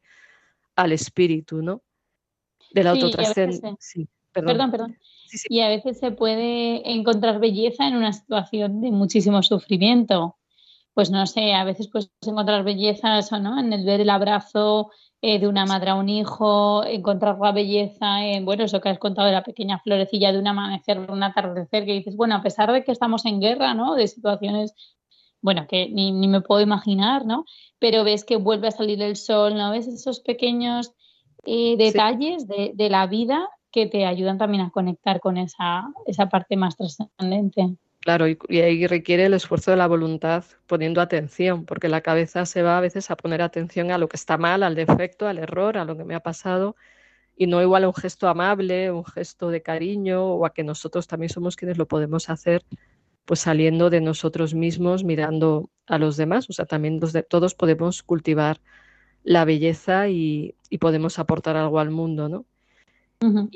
al espíritu, ¿no? Del Sí, y a veces, autotrascendente. Sí, perdón. perdón. Sí, sí. Y a veces se puede encontrar belleza en una situación de muchísimo sufrimiento. Pues no sé, a veces puedes encontrar belleza eso, ¿no? En el ver el abrazo de una madre a un hijo, encontrar la belleza en, bueno, eso que has contado de la pequeña florecilla de un amanecer, un atardecer, que dices, bueno, a pesar de que estamos en guerra, ¿no? De situaciones, bueno, que ni me puedo imaginar, ¿no? Pero ves que vuelve a salir el sol, ¿no? Ves esos pequeños Sí, detalles de la vida que te ayudan también a conectar con esa parte más trascendente. claro, y ahí requiere el esfuerzo de la voluntad poniendo atención, porque la cabeza se va a veces a poner atención a lo que está mal, al defecto, al error, a lo que me ha pasado, y no igual a un gesto amable, un gesto de cariño, o a que nosotros también somos quienes lo podemos hacer, pues saliendo de nosotros mismos, mirando a los demás. O sea, también todos podemos cultivar la belleza y podemos aportar algo al mundo, ¿no? Ujú.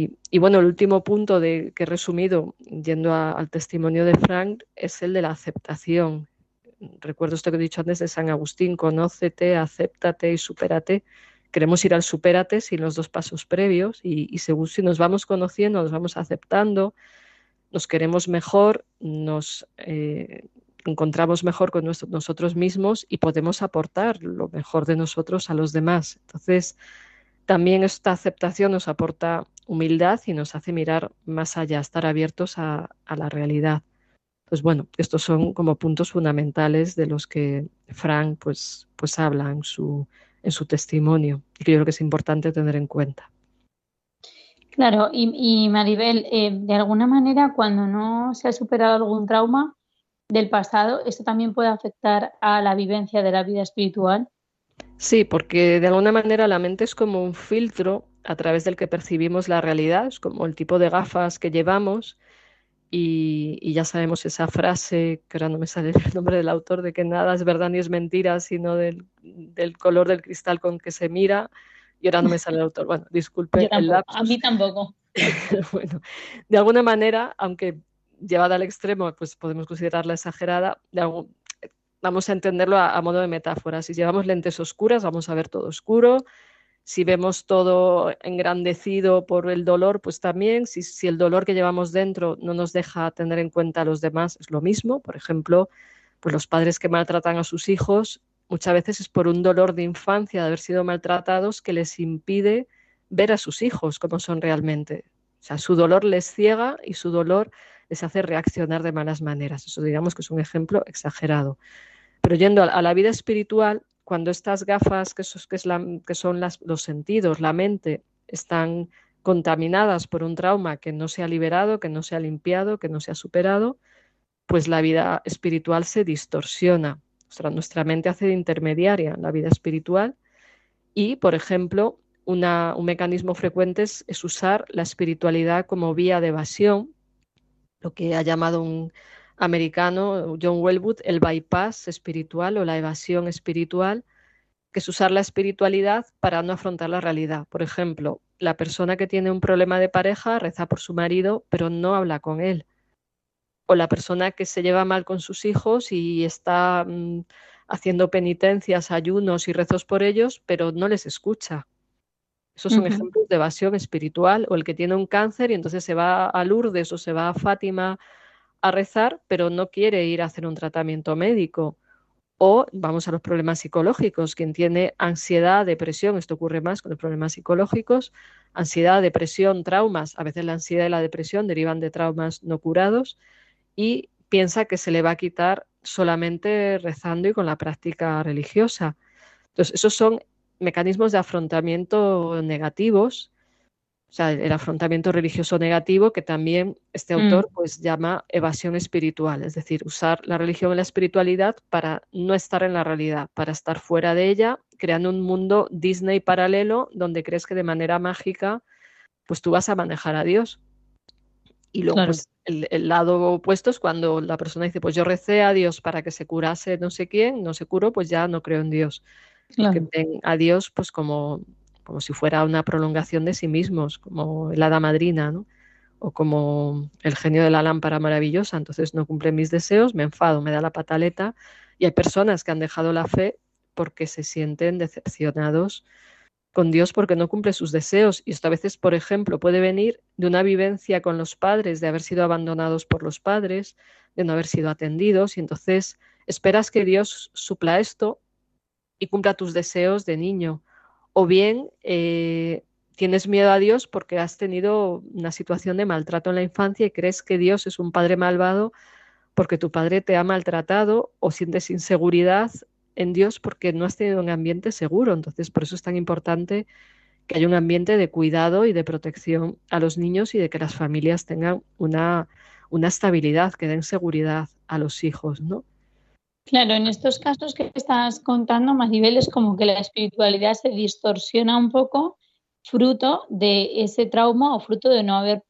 Y bueno, el último punto que he resumido, yendo al testimonio de Frank, es el de la aceptación. Recuerdo esto que he dicho antes de San Agustín: conócete, acéptate y supérate. Queremos ir al supérate sin los dos pasos previos y según si nos vamos conociendo, nos vamos aceptando, nos queremos mejor, nos encontramos mejor con nosotros mismos y podemos aportar lo mejor de nosotros a los demás. Entonces, también esta aceptación nos aporta humildad y nos hace mirar más allá, estar abiertos a la realidad. Pues bueno, estos son como puntos fundamentales de los que Frank pues habla en su testimonio y que yo creo que es importante tener en cuenta. Claro, y Maribel, de alguna manera, cuando no se ha superado algún trauma del pasado, ¿esto también puede afectar a la vivencia de la vida espiritual? Sí, porque de alguna manera la mente es como un filtro a través del que percibimos la realidad, es como el tipo de gafas que llevamos y ya sabemos esa frase, que ahora no me sale el nombre del autor, de que nada es verdad ni es mentira, sino del color del cristal con que se mira, y ahora no me sale el autor. Bueno, Yo disculpe el tampoco, a lapsus. mí tampoco. Bueno, de alguna manera, aunque llevada al extremo, pues podemos considerarla exagerada, vamos a entenderlo a modo de metáfora. Si llevamos lentes oscuras, vamos a ver todo oscuro. Si vemos todo engrandecido por el dolor, pues también. Si el dolor que llevamos dentro no nos deja tener en cuenta a los demás, es lo mismo. Por ejemplo, pues los padres que maltratan a sus hijos, muchas veces es por un dolor de infancia, de haber sido maltratados, que les impide ver a sus hijos como son realmente. O sea, su dolor les ciega y su dolor les hace reaccionar de malas maneras. Eso digamos que es un ejemplo exagerado. Pero yendo a la vida espiritual, cuando estas gafas, que son los sentidos, la mente, están contaminadas por un trauma que no se ha liberado, que no se ha limpiado, que no se ha superado, pues la vida espiritual se distorsiona. O sea, nuestra mente hace de intermediaria en la vida espiritual y, por ejemplo, un mecanismo frecuente es usar la espiritualidad como vía de evasión, lo que ha llamado un americano, John Welwood, el bypass espiritual o la evasión espiritual, que es usar la espiritualidad para no afrontar la realidad. Por ejemplo, la persona que tiene un problema de pareja reza por su marido, pero no habla con él. O la persona que se lleva mal con sus hijos y está haciendo penitencias, ayunos y rezos por ellos, pero no les escucha. Esos son ejemplos de evasión espiritual. O el que tiene un cáncer y entonces se va a Lourdes o se va a Fátima a rezar, pero no quiere ir a hacer un tratamiento médico. O vamos a los problemas psicológicos. Quien tiene ansiedad, depresión, esto ocurre más con los problemas psicológicos, ansiedad, depresión, traumas. A veces la ansiedad y la depresión derivan de traumas no curados y piensa que se le va a quitar solamente rezando y con la práctica religiosa. Entonces, esos son mecanismos de afrontamiento negativos, o sea, el afrontamiento religioso negativo que también este autor pues llama evasión espiritual, es decir, usar la religión y la espiritualidad para no estar en la realidad, para estar fuera de ella, creando un mundo Disney paralelo donde crees que de manera mágica pues tú vas a manejar a Dios. Y luego Claro. pues el lado opuesto es cuando la persona dice, pues yo recé a Dios para que se curase no sé quién, no se curó, pues ya no creo en Dios. Porque Claro. ven a Dios pues como si fuera una prolongación de sí mismos, como el hada madrina, ¿no? O como el genio de la lámpara maravillosa. Entonces no cumple mis deseos, me enfado, me da la pataleta. Y hay personas que han dejado la fe porque se sienten decepcionados con Dios porque no cumple sus deseos. Y esto a veces, por ejemplo, puede venir de una vivencia con los padres, de haber sido abandonados por los padres, de no haber sido atendidos. Y entonces esperas que Dios supla esto y cumpla tus deseos de niño. O bien tienes miedo a Dios porque has tenido una situación de maltrato en la infancia y crees que Dios es un padre malvado porque tu padre te ha maltratado, o sientes inseguridad en Dios porque no has tenido un ambiente seguro. Entonces, por eso es tan importante que haya un ambiente de cuidado y de protección a los niños y de que las familias tengan una estabilidad, que den seguridad a los hijos, ¿no? Claro, en estos casos que estás contando, Maribel, es como que la espiritualidad se distorsiona un poco fruto de ese trauma o fruto de no haber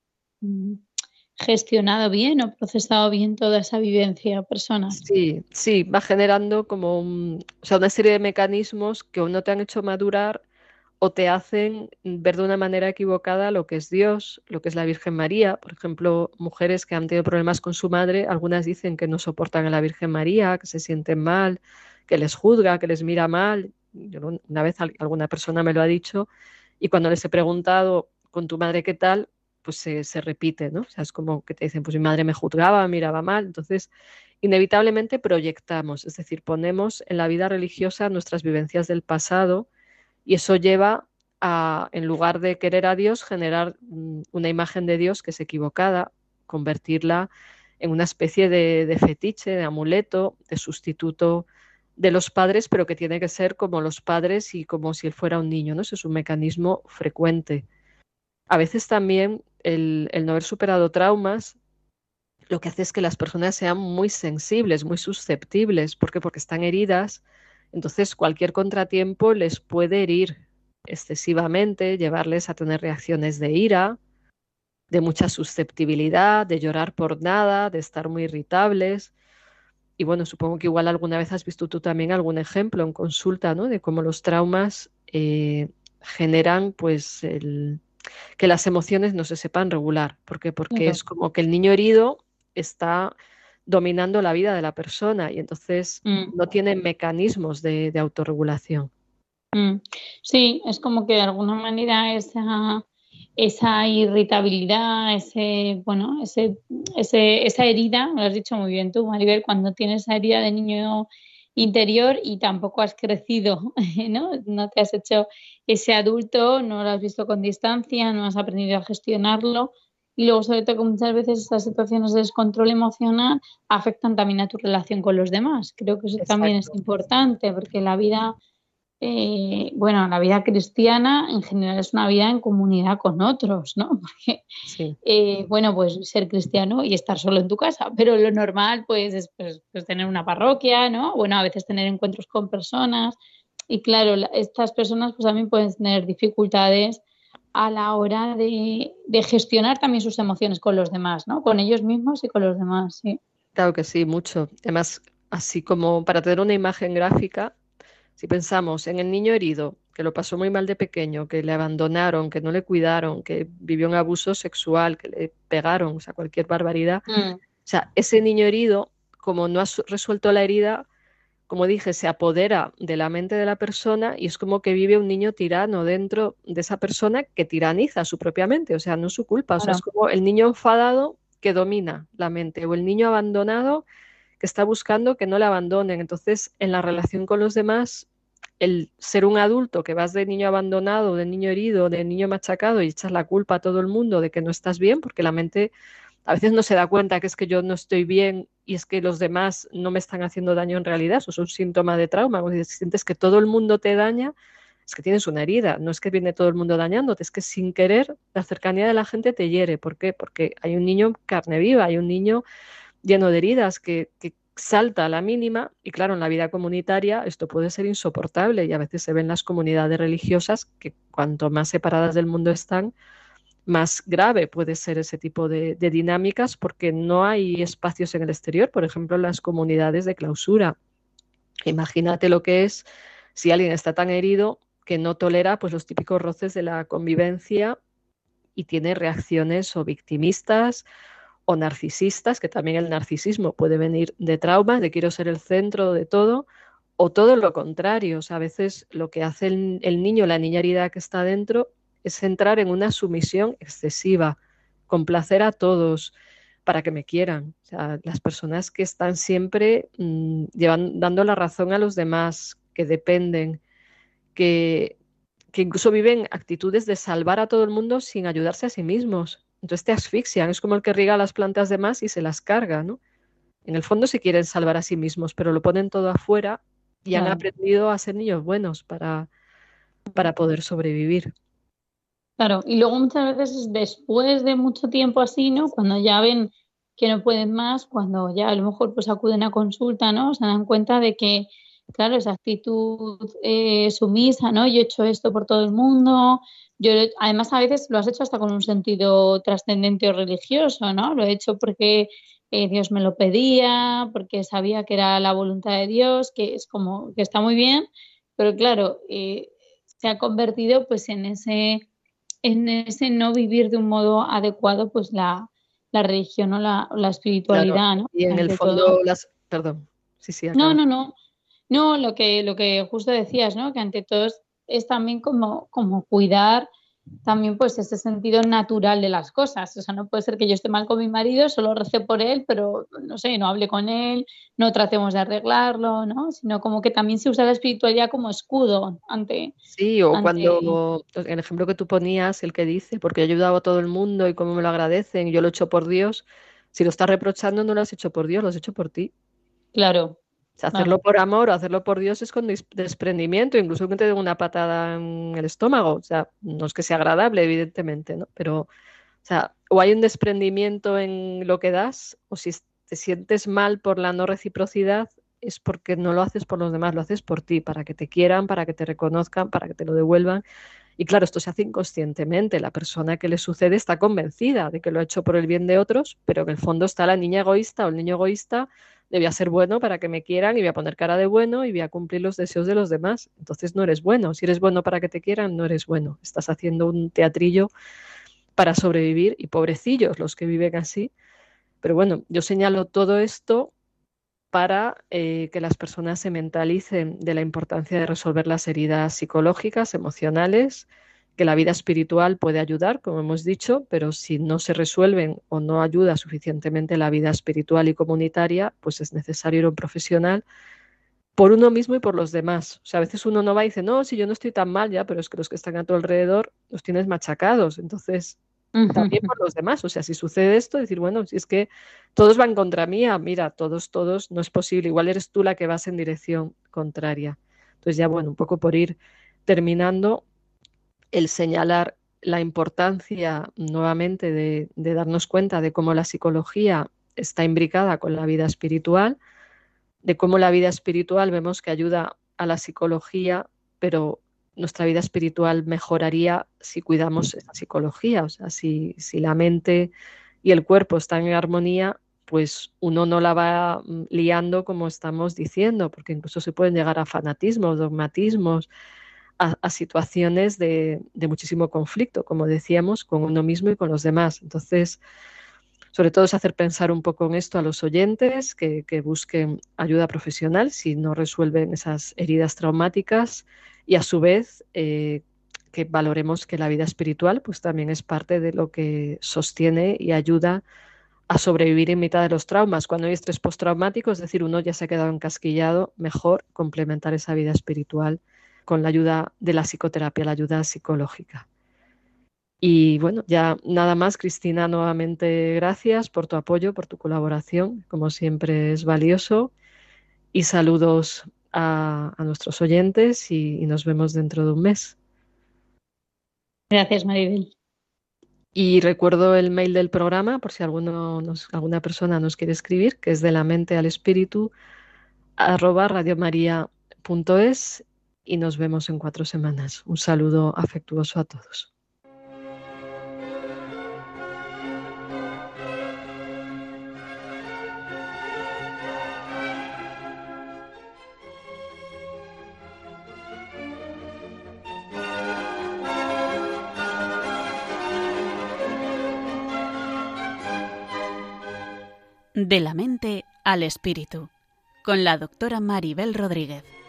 gestionado bien o procesado bien toda esa vivencia personal. Sí, sí, va generando como una serie de mecanismos que o no te han hecho madurar o te hacen ver de una manera equivocada lo que es Dios, lo que es la Virgen María. Por ejemplo, mujeres que han tenido problemas con su madre, algunas dicen que no soportan a la Virgen María, que se sienten mal, que les juzga, que les mira mal. Una vez alguna persona me lo ha dicho y cuando les he preguntado, ¿con tu madre qué tal?, pues se repite, ¿no? O sea, es como que te dicen, pues mi madre me juzgaba, me miraba mal. Entonces, inevitablemente proyectamos, es decir, ponemos en la vida religiosa nuestras vivencias del pasado y eso lleva a, en lugar de querer a Dios, generar una imagen de Dios que es equivocada, convertirla en una especie de fetiche, de amuleto, de sustituto de los padres, pero que tiene que ser como los padres y como si él fuera un niño, ¿no? Eso es un mecanismo frecuente. A veces también el no haber superado traumas lo que hace es que las personas sean muy sensibles, muy susceptibles. ¿Por qué? Porque están heridas. Entonces, cualquier contratiempo les puede herir excesivamente, llevarles a tener reacciones de ira, de mucha susceptibilidad, de llorar por nada, de estar muy irritables. Y bueno, supongo que igual alguna vez has visto tú también algún ejemplo en consulta, ¿no? De cómo los traumas generan pues que las emociones no se sepan regular. ¿Por qué? Porque Claro. es como que el niño herido está dominando la vida de la persona y entonces no tiene mecanismos de autorregulación. Sí, es como que de alguna manera esa irritabilidad, esa herida, lo has dicho muy bien tú, Maribel, cuando tienes esa herida de niño interior y tampoco has crecido, ¿no? No te has hecho ese adulto, no lo has visto con distancia, no has aprendido a gestionarlo. Y luego, sobre todo, que muchas veces estas situaciones de descontrol emocional afectan también a tu relación con los demás. Creo que eso también es Exacto. importante, porque la vida, bueno, la vida cristiana en general es una vida en comunidad con otros, ¿no? Porque Sí. bueno, pues ser cristiano y estar solo en tu casa, pero lo normal pues es pues tener una parroquia, ¿no? Bueno, a veces tener encuentros con personas y claro, estas personas pues también pueden tener dificultades a la hora de gestionar también sus emociones con los demás, ¿no? Con ellos mismos y con los demás, sí. Claro que sí, mucho. Además, así como para tener una imagen gráfica, si pensamos en el niño herido, que lo pasó muy mal de pequeño, que le abandonaron, que no le cuidaron, que vivió un abuso sexual, que le pegaron, o sea, cualquier barbaridad. Mm, O sea, ese niño herido, como no ha resuelto la herida, como dije, se apodera de la mente de la persona y es como que vive un niño tirano dentro de esa persona que tiraniza su propia mente, o sea, no es su culpa, o sea, es claro, como el niño enfadado que domina la mente o el niño abandonado que está buscando que no le abandonen. Entonces, en la relación con los demás, el ser un adulto que vas de niño abandonado, de niño herido, de niño machacado y echas la culpa a todo el mundo de que no estás bien, porque la mente a veces no se da cuenta que es que yo no estoy bien y es que los demás no me están haciendo daño en realidad. Eso es un síntoma de trauma. Cuando sientes que todo el mundo te daña, es que tienes una herida. No es que viene todo el mundo dañándote, es que sin querer la cercanía de la gente te hiere. ¿Por qué? Porque hay un niño carne viva, hay un niño lleno de heridas que salta a la mínima y claro, en la vida comunitaria esto puede ser insoportable y a veces se ven las comunidades religiosas que cuanto más separadas del mundo están, más grave puede ser ese tipo de dinámicas porque no hay espacios en el exterior, por ejemplo, en las comunidades de clausura. Imagínate lo que es si alguien está tan herido que no tolera pues los típicos roces de la convivencia y tiene reacciones o victimistas o narcisistas, que también el narcisismo puede venir de traumas, de quiero ser el centro de todo, o todo lo contrario. O sea, a veces lo que hace el niño, la niña herida que está dentro, es entrar en una sumisión excesiva, complacer a todos para que me quieran. O sea, las personas que están siempre dando la razón a los demás, que dependen, que, que incluso viven actitudes de salvar a todo el mundo sin ayudarse a sí mismos. Entonces te asfixian, es como el que riega las plantas de más y se las carga, ¿no? En el fondo se quieren salvar a sí mismos, pero lo ponen todo afuera y han claro. aprendido a ser niños buenos para poder sobrevivir. Claro, y luego muchas veces después de mucho tiempo así, ¿no? Cuando ya ven que no pueden más, cuando ya a lo mejor pues acuden a consulta, ¿no? Se dan cuenta de que, claro, esa actitud sumisa, ¿no? Yo he hecho esto por todo el mundo. Además, a veces lo has hecho hasta con un sentido trascendente o religioso, ¿no? Lo he hecho porque Dios me lo pedía, porque sabía que era la voluntad de Dios, que es como que está muy bien, pero claro, se ha convertido pues en ese no vivir de un modo adecuado, pues la religión o la Claro, espiritualidad, ¿no? y en el Ante fondo todo. Perdón, sí, sí, No, acaba. no, no. No, lo que justo decías, ¿no? Que ante todo es también como cuidar también pues ese sentido natural de las cosas. O sea, no puede ser que yo esté mal con mi marido, solo recé por él, pero no sé, no hable con él, no tratemos de arreglarlo, ¿no? Sino como que también se usa la espiritualidad como escudo Sí, o ante cuando el ejemplo que tú ponías, el que dice, porque he ayudado a todo el mundo y cómo me lo agradecen, yo lo he hecho por Dios. Si lo estás reprochando, no lo has hecho por Dios, lo has hecho por ti. claro, O sea, hacerlo claro, por amor o hacerlo por Dios es con desprendimiento, incluso que te den una patada en el estómago. O sea, no es que sea agradable, evidentemente, ¿no? Pero, o sea, o hay un desprendimiento en lo que das, o si te sientes mal por la no reciprocidad, es porque no lo haces por los demás, lo haces por ti, para que te quieran, para que te reconozcan, para que te lo devuelvan. Y claro, esto se hace inconscientemente. La persona que le sucede está convencida de que lo ha hecho por el bien de otros, pero en el fondo está la niña egoísta o el niño egoísta de voy a ser bueno para que me quieran y voy a poner cara de bueno y voy a cumplir los deseos de los demás. Entonces no eres bueno. Si eres bueno para que te quieran, no eres bueno. Estás haciendo un teatrillo para sobrevivir y pobrecillos los que viven así. Pero bueno, yo señalo todo esto para que las personas se mentalicen de la importancia de resolver las heridas psicológicas, emocionales, que la vida espiritual puede ayudar, como hemos dicho, pero si no se resuelven o no ayuda suficientemente la vida espiritual y comunitaria, pues es necesario ir a un profesional por uno mismo y por los demás. O sea, a veces uno no va y dice, no, si yo no estoy tan mal ya, pero es que los que están a tu alrededor los tienes machacados. Entonces, también por los demás. O sea, si sucede esto, decir, bueno, si es que todos van contra mí, mira, todos, no es posible. Igual eres tú la que vas en dirección contraria. Entonces ya, bueno, un poco por ir terminando, el señalar la importancia nuevamente de darnos cuenta de cómo la psicología está imbricada con la vida espiritual, de cómo la vida espiritual vemos que ayuda a la psicología, pero nuestra vida espiritual mejoraría si cuidamos esa psicología. O sea, si la mente y el cuerpo están en armonía, pues uno no la va liando como estamos diciendo, porque incluso se pueden llegar a fanatismos, dogmatismos, a situaciones de muchísimo conflicto, como decíamos, con uno mismo y con los demás. Entonces, sobre todo es hacer pensar un poco en esto a los oyentes, que busquen ayuda profesional si no resuelven esas heridas traumáticas, y a su vez que valoremos que la vida espiritual pues también es parte de lo que sostiene y ayuda a sobrevivir en mitad de los traumas. Cuando hay estrés postraumático, es decir, uno ya se ha quedado encasquillado, mejor complementar esa vida espiritual con la ayuda de la psicoterapia, la ayuda psicológica. Y bueno, ya nada más, Cristina, nuevamente gracias por tu apoyo, por tu colaboración, como siempre es valioso, y saludos a nuestros oyentes y nos vemos dentro de un mes. Gracias, Maribel. Y recuerdo el mail del programa por si alguna persona nos quiere escribir, que es de la mente al espíritu @radiomaria.es, y nos vemos en 4 semanas. Un saludo afectuoso a todos. De la mente al espíritu, con la doctora Maribel Rodríguez.